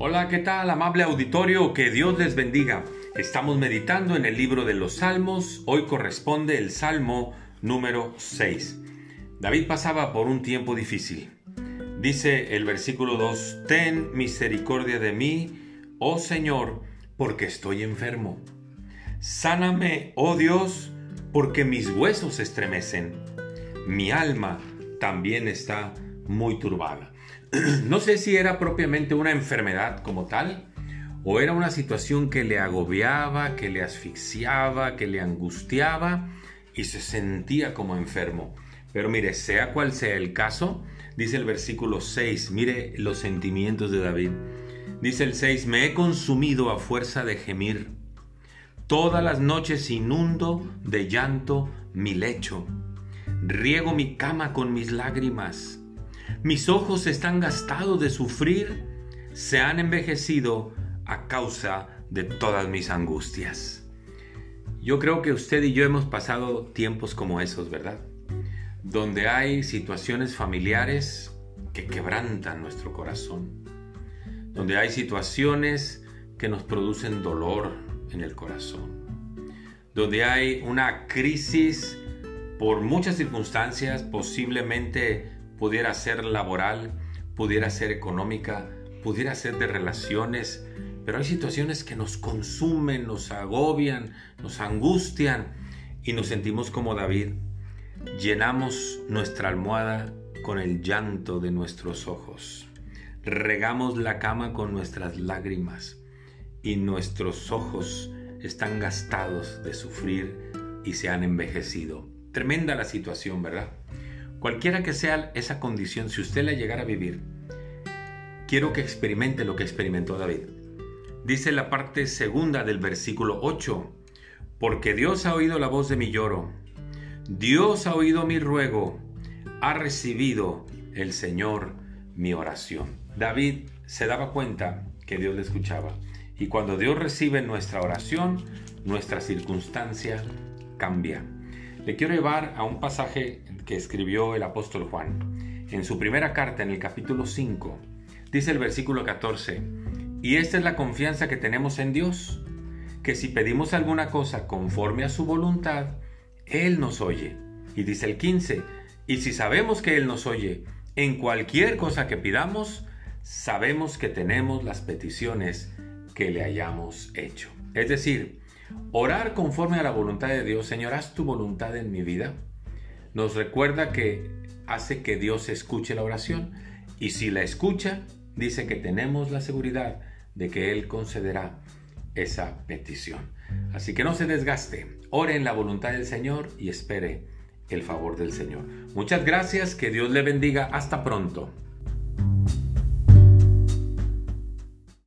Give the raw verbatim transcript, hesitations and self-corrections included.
Hola, ¿qué tal, amable auditorio? Que Dios les bendiga. Estamos meditando en el libro de los Salmos. Hoy corresponde el Salmo número seis. David pasaba por un tiempo difícil. Dice el versículo dos: Ten misericordia de mí, oh Señor, porque estoy enfermo. Sáname, oh Dios, porque mis huesos se estremecen. Mi alma también está muy turbada. No sé si era propiamente una enfermedad como tal, o era una situación que le agobiaba, que le asfixiaba, que le angustiaba y se sentía como enfermo. Pero mire, sea cual sea el caso, dice el versículo seis, mire los sentimientos de David. Dice el seis: Me he consumido a fuerza de gemir. Todas las noches inundo de llanto mi lecho. Riego mi cama con mis lágrimas. Mis ojos están gastados de sufrir, se han envejecido a causa de todas mis angustias. Yo creo que usted y yo hemos pasado tiempos como esos, ¿verdad? Donde hay situaciones familiares que quebrantan nuestro corazón. Donde hay situaciones que nos producen dolor en el corazón. Donde hay una crisis por muchas circunstancias, posiblemente pudiera ser laboral, pudiera ser económica, pudiera ser de relaciones, pero hay situaciones que nos consumen, nos agobian, nos angustian y nos sentimos como David. Llenamos nuestra almohada con el llanto de nuestros ojos. Regamos la cama con nuestras lágrimas y nuestros ojos están gastados de sufrir y se han envejecido. Tremenda la situación, ¿verdad? Cualquiera que sea esa condición, si usted la llegara a vivir, quiero que experimente lo que experimentó David. Dice la parte segunda del versículo ocho: Porque Dios ha oído la voz de mi lloro, Dios ha oído mi ruego, ha recibido el Señor mi oración. David se daba cuenta que Dios le escuchaba, y cuando Dios recibe nuestra oración, nuestra circunstancia cambia. Le quiero llevar a un pasaje que escribió el apóstol Juan. En su primera carta, en el capítulo cinco, dice el versículo catorce: Y esta es la confianza que tenemos en Dios, que si pedimos alguna cosa conforme a su voluntad, Él nos oye. Y dice el quince: Y si sabemos que Él nos oye, en cualquier cosa que pidamos, sabemos que tenemos las peticiones que le hayamos hecho. Es decir, orar conforme a la voluntad de Dios. Señor, haz tu voluntad en mi vida. Nos recuerda que hace que Dios escuche la oración. Y si la escucha, dice que tenemos la seguridad de que Él concederá esa petición. Así que no se desgaste. Ore en la voluntad del Señor y espere el favor del Señor. Muchas gracias. Que Dios le bendiga. Hasta pronto.